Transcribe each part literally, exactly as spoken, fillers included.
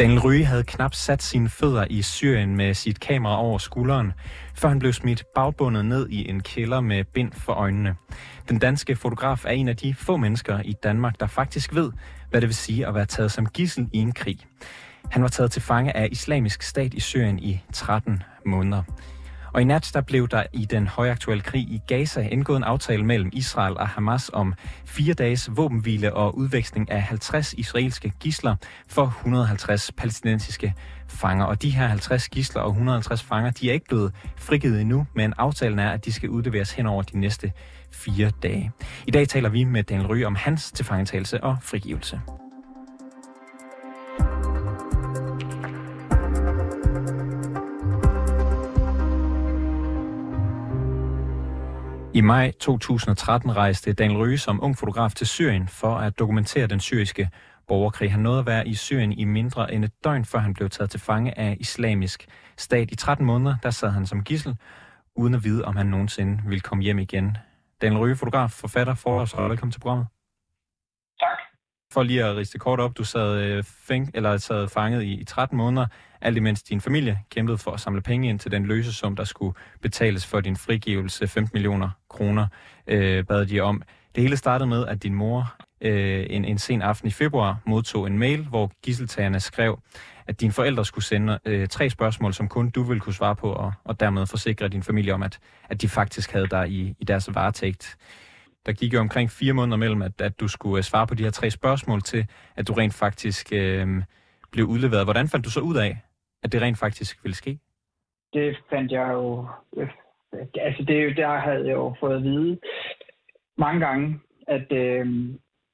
Daniel Rye havde knap sat sine fødder i Syrien med sit kamera over skulderen, før han blev smidt bagbundet ned i en kælder med bind for øjnene. Den danske fotograf er en af de få mennesker i Danmark, der faktisk ved, hvad det vil sige at være taget som gidsel i en krig. Han var taget til fange af Islamisk Stat i Syrien i tretten måneder. Og i nat der blev der i den højaktuelle krig i Gaza indgået en aftale mellem Israel og Hamas om fire dages våbenhvile og udveksling af halvtreds israelske gidsler for et hundrede og halvtreds palæstinensiske fanger. Og de her halvtreds gidsler og et hundrede og halvtreds fanger, de er ikke blevet frigivet endnu, men aftalen er, at de skal udleveres hen over de næste fire dage. I dag taler vi med Daniel Rye om hans tilfangetagelse og frigivelse. I maj to tusind og tretten rejste Daniel Rye som ung fotograf til Syrien for at dokumentere den syriske borgerkrig. Han nåede at være i Syrien i mindre end et døgn, før han blev taget til fange af Islamisk Stat. I tretten måneder, der sad han som gidsel, uden at vide, om han nogensinde ville komme hjem igen. Daniel Rye, fotograf, forfatter, foredragsholder. Velkommen til programmet. Tak. For lige at riste kort op, du sad, fæng, eller sad fanget i, i tretten måneder, alt imens din familie kæmpede for at samle penge ind til den løsesum, der skulle betales for din frigivelse. femten millioner kroner øh, bad de om. Det hele startede med, at din mor øh, en, en sen aften i februar modtog en mail, hvor gidseltagerne skrev, at dine forældre skulle sende øh, tre spørgsmål, som kun du ville kunne svare på, og, og dermed forsikre din familie om, at, at de faktisk havde dig i, i deres varetægt. Der gik jo omkring fire måneder mellem, at, at du skulle svare på de her tre spørgsmål til, at du rent faktisk øh, blev udleveret. Hvordan fandt du så ud af, at det rent faktisk ville ske? Det fandt jeg jo... Altså, det er jo der, havde jeg jo fået at vide mange gange, at, øh,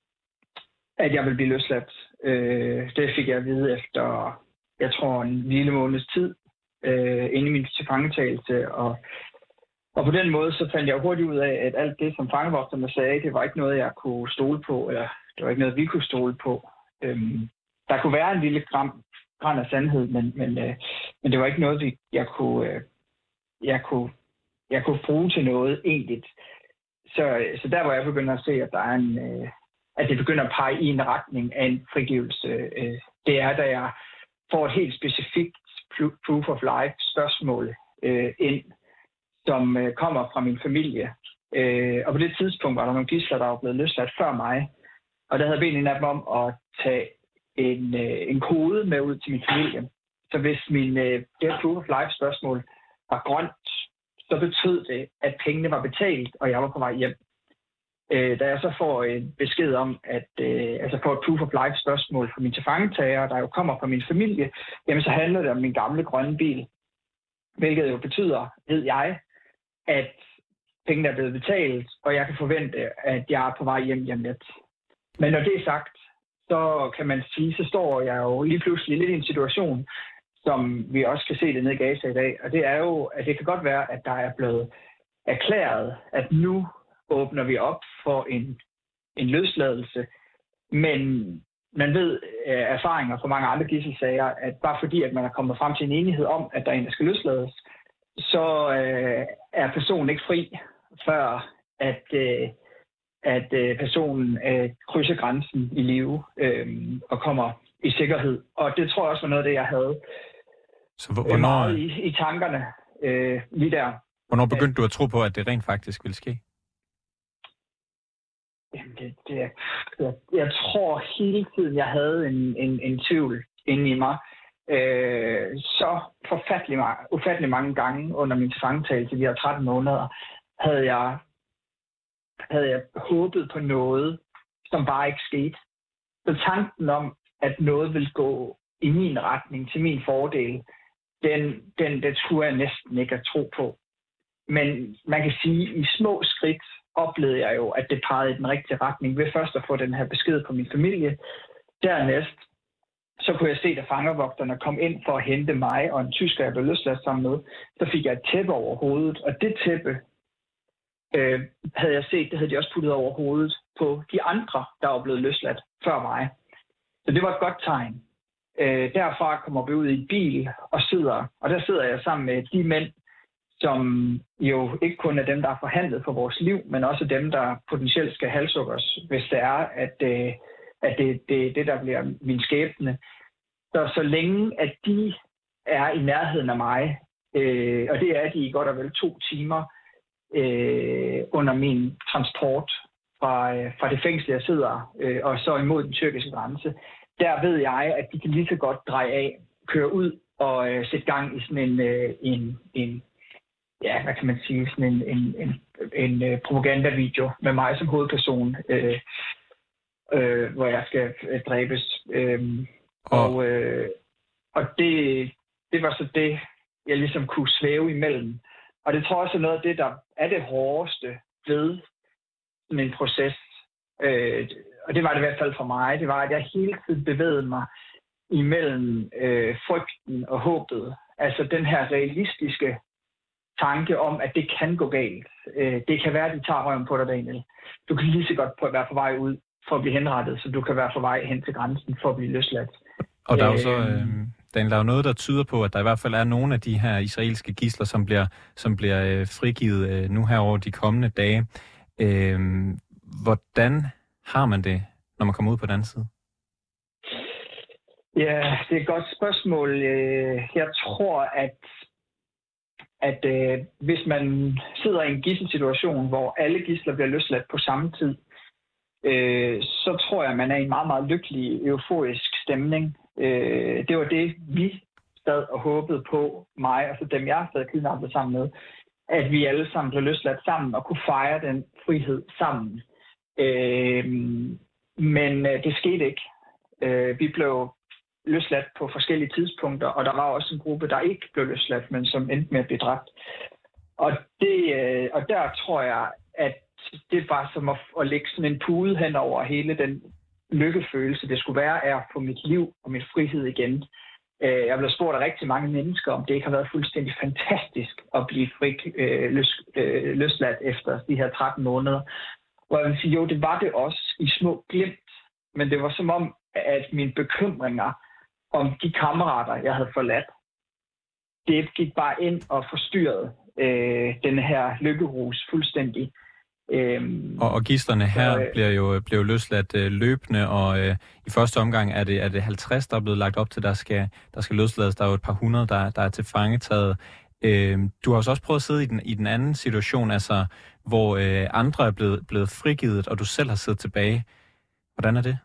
at jeg ville blive løsladt. Øh, det fik jeg at vide efter, jeg tror, en lille måneds tid, øh, inde i min tilfangetagelse. Og, og på den måde, så fandt jeg hurtigt ud af, at alt det, som fangevogterne sagde, det var ikke noget, jeg kunne stole på, eller det var ikke noget, vi kunne stole på. Øh, der kunne være en lille gram græn af sandhed, men, men, øh, men det var ikke noget, jeg kunne, øh, jeg kunne, jeg kunne bruge til noget egentligt. Så, så der, hvor jeg begynder at se, at der er en, øh, at det begynder at pege i en retning af en frigivelse, øh, det er, da jeg får et helt specifikt proof of life spørgsmål øh, ind, som øh, kommer fra min familie. Øh, og på det tidspunkt var der nogle gidsler, der var blevet løsladt før mig, og der havde bedt en af dem om at tage En, øh, en kode med ud til min familie. Så hvis min øh, det proof of life spørgsmål var grønt, så betød det, at pengene var betalt, og jeg var på vej hjem. Øh, da jeg så får en besked om, at øh, altså får et proof of life spørgsmål fra min tilfangetager, der jo kommer fra min familie, jamen så handler det om min gamle grønne bil. Hvilket jo betyder, ved jeg, at pengene er blevet betalt, og jeg kan forvente, at jeg er på vej hjem hjem lidt. Men når det er sagt, så kan man sige, så står jeg jo lige pludselig lidt i en situation, som vi også kan se det nede i Gaza i dag. Og det er jo, at det kan godt være, at der er blevet erklæret, at nu åbner vi op for en, en løsladelse. Men man ved af erfaringer fra mange andre gidselsager, at bare fordi, at man er kommet frem til en enighed om, at der er en, der skal løslades, så øh, er personen ikke fri, før at... Øh, at øh, personen øh, krydser grænsen i live øh, og kommer i sikkerhed. Og det tror jeg også var noget af det, jeg havde Så hvornår, i, i tankerne øh, lige der. Hvornår begyndte du at tro på, at det rent faktisk ville ske? Jamen det, det, jeg, jeg tror hele tiden, jeg havde en, en, en tvivl inde i mig. Øh, så forfattelig, ufattelig mange gange under min tilfangetagelse de her tretten måneder, havde jeg havde jeg håbet på noget, som bare ikke skete. Så tanken om, at noget ville gå i min retning, til min fordel, den, den, den skulle jeg næsten ikke at tro på. Men man kan sige, at i små skridt oplevede jeg jo, at det pegede i den rigtige retning, ved først at få den her besked på min familie. Dernæst, så kunne jeg se, at fangevogterne kom ind for at hente mig og en tysker, jeg blev løsladt sammen med. Så fik jeg et tæppe over hovedet, og det tæppe, Øh, havde jeg set, det havde de også puttet over hovedet på de andre, der var blevet løsladt før mig. Så det var et godt tegn. Øh, derfra kommer vi ud i en bil og sidder, og der sidder jeg sammen med de mænd, som jo ikke kun er dem, der har forhandlet for vores liv, men også dem, der potentielt skal halshugge os, hvis det er, at, øh, at det er det, det, der bliver min skæbne. Så så længe, at de er i nærheden af mig, øh, og det er de i godt og vel to timer øh, under min transport fra, øh, fra det fængsel, jeg sidder, øh, og så imod den tyrkiske grænse, der ved jeg, at de kan lige så godt dreje af, køre ud og øh, sætte gang i sådan en, øh, en, en, ja, hvad kan man sige, sådan en, en, en, en øh, propagandavideo med mig som hovedperson, øh, øh, hvor jeg skal øh, dræbes. Øh, og og, øh, og det, det var så det, jeg ligesom kunne svæve imellem. Og det tror jeg også er noget af det, der er det hårdeste ved min proces. Øh, og det var det i hvert fald for mig. Det var, at jeg hele tiden bevægede mig imellem øh, frygten og håbet. Altså den her realistiske tanke om, at det kan gå galt. Øh, det kan være, at de tager røven på dig, Daniel. Du kan lige så godt være på vej ud for at blive henrettet, så du kan være på vej hen til grænsen for at blive løsladt. Og der er jo så, øh, Daniel, der er jo noget, der tyder på, at der i hvert fald er nogle af de her israelske gidsler, som bliver, som bliver øh, frigivet øh, nu her over de kommende dage. Øh, hvordan har man det, når man kommer ud på den anden side? Ja, det er et godt spørgsmål. Jeg tror, at, at øh, hvis man sidder i en gidselsituation, hvor alle gidsler bliver løsladt på samme tid, øh, så tror jeg, at man er i en meget, meget lykkelig, euforisk stemning. Øh, det var det, vi sad og håbede på, mig og så dem, jeg sad kidnappet sammen med, at vi alle sammen blev løsladt sammen og kunne fejre den frihed sammen. Øh, men øh, det skete ikke. Øh, vi blev løsladt på forskellige tidspunkter, og der var også en gruppe, der ikke blev løsladt, men som endte med at blive dræbt. Og, det, øh, og der tror jeg, at det var som at, at lægge sådan en pude hen over hele den lykkefølelse, det skulle være, er at få mit liv og min frihed igen. Øh, jeg blev spurgt af rigtig mange mennesker, om det ikke har været fuldstændig fantastisk at blive fri, øh, løs, øh, løsladt efter de her tretten måneder. Hvor jeg vil sige, jo, det var det også i små glimt, men det var som om, at mine bekymringer om de kammerater, jeg havde forladt, det gik bare ind og forstyrrede øh, den her lykkerus fuldstændig. Øhm, og, og gidslerne her så, øh, bliver jo bliver løsladt øh, løbende, og øh, i første omgang er det, er det halvtreds, der er blevet lagt op til, der skal, der skal løslades. Der er jo et par hundrede, der, der er til fangetaget. Øh, du har også prøvet at sidde i den, i den anden situation, altså hvor øh, andre er blevet, blevet frigivet, og du selv har siddet tilbage. Hvordan er det?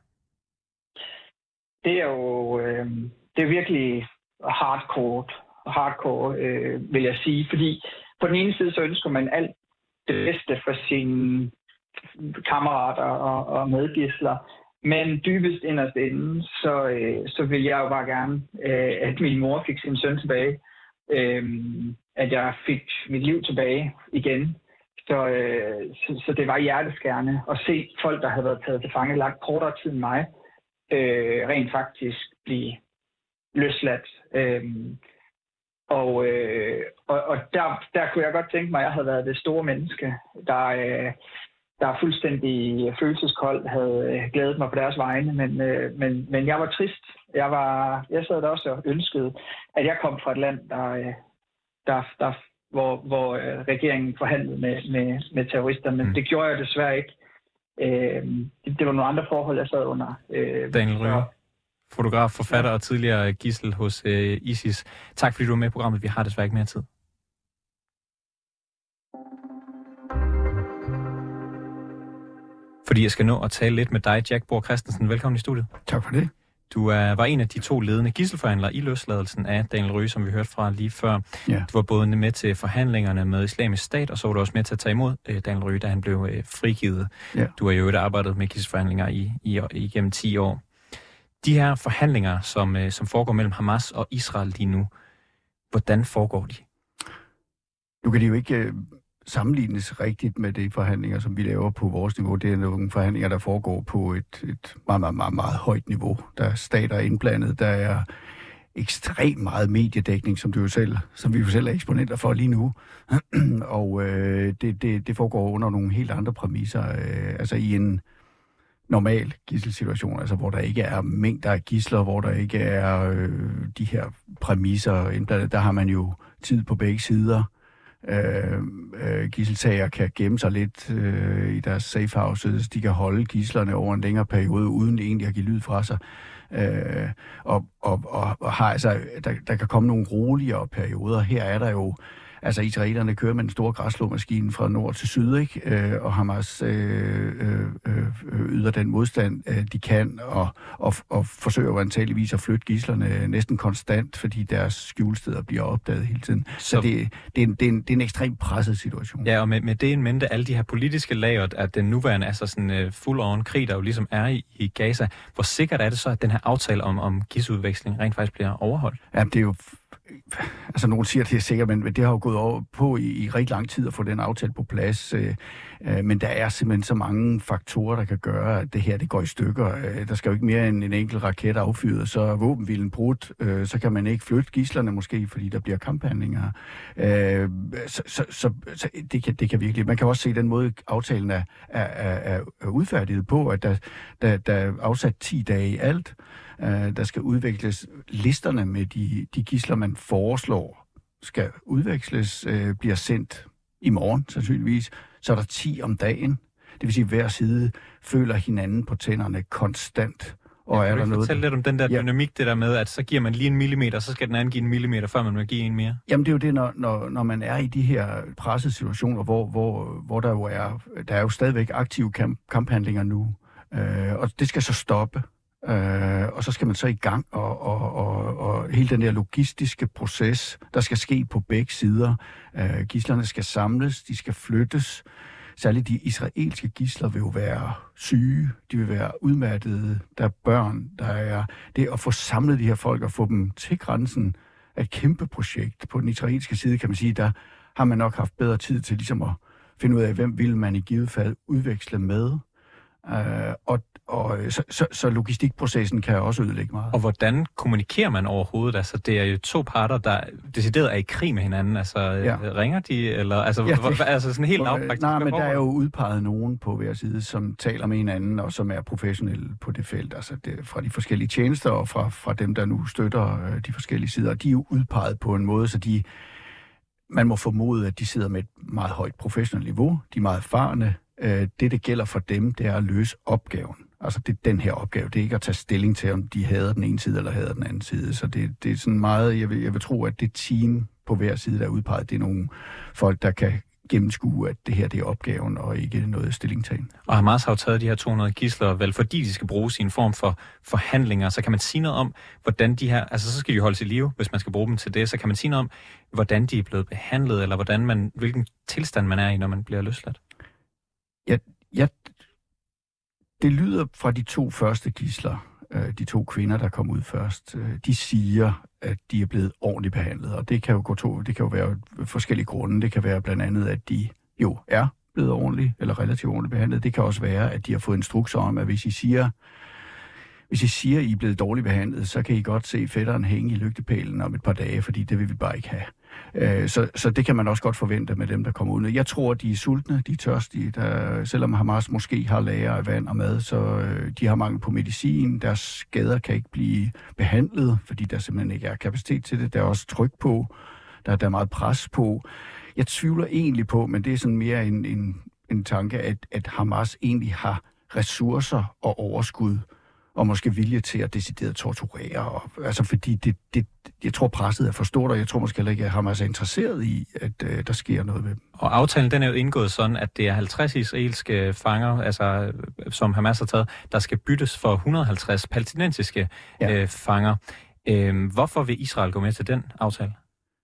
Det er jo øh, det er virkelig hardcore, hardcore øh, vil jeg sige, fordi på den ene side så ønsker man alt det bedste for sine kammerater og, og medgidsler, men dybest inderst inde, så, øh, så vil jeg jo bare gerne, øh, at min mor fik sin søn tilbage, øh, at jeg fik mit liv tilbage igen. Så, øh, så, så det var hjerteskærende at se folk, der havde været taget til fange langt kortere tid end mig, Øh, rent faktisk blive løsladt. Øhm, og øh, og, og der, der kunne jeg godt tænke mig, at jeg havde været det store menneske, der, øh, der fuldstændig følelseskold havde glædet mig på deres vegne, men, øh, men, men jeg var trist. Jeg, var, jeg sad der også og ønskede, at jeg kom fra et land, der, der, der, hvor, hvor regeringen forhandlede med, med, med terrorister, men mm. det gjorde jeg desværre ikke. Øh, det, det var nogle andre forhold, jeg sad under. Øh, Daniel Rye, fotograf, forfatter ja. og tidligere gidsel hos øh, ISIS. Tak fordi du var med i programmet. Vi har desværre ikke mere tid. Fordi jeg skal nå at tale lidt med dig, Jack Bohr Christensen. Velkommen i studiet. Tak for det. Du er, var en af de to ledende gidselforhandlere i løsladelsen af Daniel Rye, som vi hørte fra lige før. Ja. Du var både med til forhandlingerne med Islamisk Stat, og så var du også med til at tage imod øh, Daniel Rye, da han blev øh, frigivet. Ja. Du har jo et arbejdet med gidselforhandlinger i, i, igennem ti år. De her forhandlinger, som, øh, som foregår mellem Hamas og Israel lige nu, hvordan foregår de? Nu kan de jo ikke øh, sammenlignes rigtigt med de forhandlinger, som vi laver på vores niveau. Det er nogle forhandlinger, der foregår på et, et meget, meget, meget, meget højt niveau. Der er stater indblandet, der er ekstremt meget mediedækning, som, du jo selv, som vi jo selv er eksponenter for lige nu. Og øh, det, det, det foregår under nogle helt andre præmisser. Øh, altså i en normal gidselsituation, altså hvor der ikke er mængder af gidsler, hvor der ikke er øh, de her præmisser indblandet, der har man jo tid på begge sider. øh, øh, gisseltager kan gemme sig lidt øh, i deres safe houses. De kan holde gidslerne over en længere periode, uden egentlig at give lyd fra sig. Øh, og, og, og, og har, altså, der, der kan komme nogle roligere perioder. Her er der jo, altså israelerne kører med en stor græsslåmaskine fra nord til syd, ikke? Øh, og Hamas øh, øh, øh, yder den modstand, øh, de kan, og, og, og forsøger jo antageligvis at flytte gidslerne næsten konstant, fordi deres skjulesteder bliver opdaget hele tiden. Så, så det, det, er en, det, er en, det er en ekstremt presset situation. Ja, og med, med det en mente, alle de her politiske lager, at den nuværende altså sådan uh, full-on krig, der jo ligesom er i, i Gaza, hvor sikkert er det så, at den her aftale om, om gidseludveksling rent faktisk bliver overholdt? Ja, det er jo... Altså, nogen siger, at det er sikkert, men det har jo gået over på i, i rigtig lang tid at få den aftale på plads. Øh, øh, men der er simpelthen så mange faktorer, der kan gøre, at det her det går i stykker. Øh, der skal jo ikke mere end en enkelt raket affyret, så er våbenhvilen brudt. Øh, så kan man ikke flytte gidslerne måske, fordi der bliver kamphandlinger. Øh, så så, så, så det, kan, det kan virkelig... Man kan også se den måde, aftalen er, er, er, er udfærdiget på, at der, der, der er afsat ti dage i alt. Uh, der skal udveksles listerne med de, de gidsler, man foreslår, skal udveksles, uh, bliver sendt i morgen sandsynligvis. Så er der ti om dagen. Det vil sige, at hver side føler hinanden på tænderne konstant. Og ja, er der noget... Fortæl lidt om den der ja. dynamik, det der med, at så giver man lige en millimeter, så skal den anden give en millimeter, før man vil give en mere. Jamen det er jo det, når, når, når man er i de her pressede situationer, hvor, hvor, hvor der jo er, der er jo stadigvæk aktive kamp, kamphandlinger nu. Uh, og det skal så stoppe. Øh, og så skal man så i gang, og, og, og, og hele den der logistiske proces, der skal ske på begge sider. Øh, gidslerne skal samles, de skal flyttes. Særligt de israelske gidsler vil jo være syge, de vil være udmattede, der er børn, der er... Det at få samlet de her folk og få dem til grænsen er et kæmpe projekt. På den israelske side, kan man sige, der har man nok haft bedre tid til ligesom at finde ud af, hvem vil man i givet fald udveksle med. Øh, og Og så, så, så logistikprocessen kan også ødelægge meget. Og hvordan kommunikerer man overhovedet? Altså, det er jo to parter, der decideret er i krig med hinanden. Altså, ja. ringer de? Eller, altså, ja, det, altså sådan helt lavpraktisk? Nej, men der er jo udpeget nogen på hver side, som taler med hinanden, og som er professionelle på det felt. Altså det, fra de forskellige tjenester, og fra, fra dem, der nu støtter øh, de forskellige sider. De er jo udpeget på en måde, så de... Man må formode, at de sidder med et meget højt professionelt niveau. De er meget erfarne. Øh, det, det gælder for dem, det er at løse opgaven. Altså, det er den her opgave. Det er ikke at tage stilling til, om de hader den ene side eller hader den anden side. Så det, det er sådan meget... Jeg vil, jeg vil tro, at det team på hver side, der er udpeget, det er nogle folk, der kan gennemskue, at det her det er opgaven, og ikke noget stillingtagen. Og Hamas har jo taget de her to hundrede gidsler, vel fordi de skal bruges i en form for forhandlinger. Så kan man sige noget om, hvordan de her... Altså, så skal de holdes i live, hvis man skal bruge dem til det. Så kan man sige noget om, hvordan de er blevet behandlet, eller hvordan man, hvilken tilstand man er i, når man bliver løsladt. Ja, ja, det lyder fra de to første gidsler, de to kvinder, der kom ud først. De siger, at de er blevet ordentligt behandlet, og det kan jo gå to, det kan jo være forskellige grunde. Det kan være blandt andet, at de jo er blevet ordentligt, eller relativt ordentligt behandlet. Det kan også være, at de har fået instrukser om, at hvis I siger, hvis I siger, at I er blevet dårligt behandlet, så kan I godt se fætteren hænge i lygtepælen om et par dage, fordi det vil vi bare ikke have. Så, så det kan man også godt forvente med dem, der kommer ud. Jeg tror, de er sultne, de er tørstige. Der, selvom Hamas måske har lager af vand og mad, så de har mangel på medicin. Deres skader kan ikke blive behandlet, fordi der simpelthen ikke er kapacitet til det. Der er også tryk på. Der, der er meget pres på. Jeg tvivler egentlig på, men det er sådan mere en, en, en tanke, at, at Hamas egentlig har ressourcer og overskud og måske vilje til at decideret torturere. Og, altså fordi det, det, jeg tror, presset er for stort, og jeg tror måske heller ikke, at Hamas er interesseret i, at øh, der sker noget med dem. Og aftalen den er jo indgået sådan, at det er halvtreds israelske fanger, altså, som Hamas har taget, der skal byttes for et hundrede og halvtreds palæstinensiske ja. øh, fanger. Øh, hvorfor vil Israel gå med til den aftale?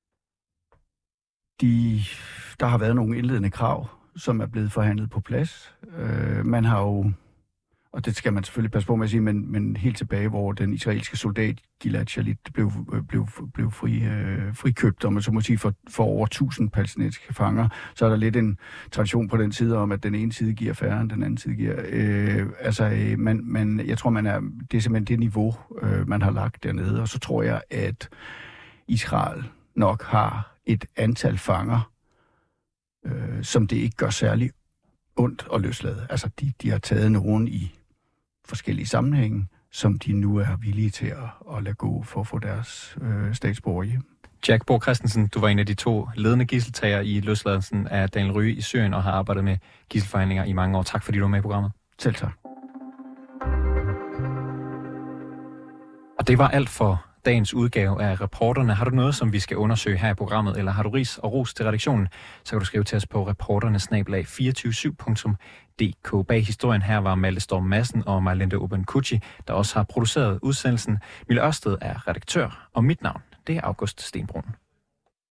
De, der har været nogle indledende krav, som er blevet forhandlet på plads. Øh, man har jo... Og det skal man selvfølgelig passe på med at sige, men, men helt tilbage, hvor den israelske soldat Gilad Shalit blev, blev, blev fri, øh, frikøbt, om man så må sige, for, for over tusind palæstinensiske fanger, så er der lidt en tradition på den side om, at den ene side giver færre, end den anden side giver. Øh, altså, man, man, jeg tror, man er, det er simpelthen det niveau, øh, man har lagt dernede, og så tror jeg, at Israel nok har et antal fanger, øh, som det ikke gør særlig ondt at løslade. Altså, de, de har taget nogen i forskellige sammenhænge, som de nu er villige til at, at lade gå for at få deres øh, statsborger hjem. Jack Bo Christensen, du var en af de to ledende gidseltager i løsladelsen af Daniel Rye i Syrien og har arbejdet med gidselforhandlinger i mange år. Tak fordi du var med i programmet. Selv tak. Og det var alt for dagens udgave af Reporterne. Har du noget, som vi skal undersøge her i programmet, eller har du ris og ros til redaktionen, så kan du skrive til os på reporterne snabel-a to fire syv punktum d k. Bag historien her var Malte Storm Madsen og Marlene Obenkucci, der også har produceret udsendelsen. Mille Ørsted er redaktør, og mit navn, det er August Stenbrun.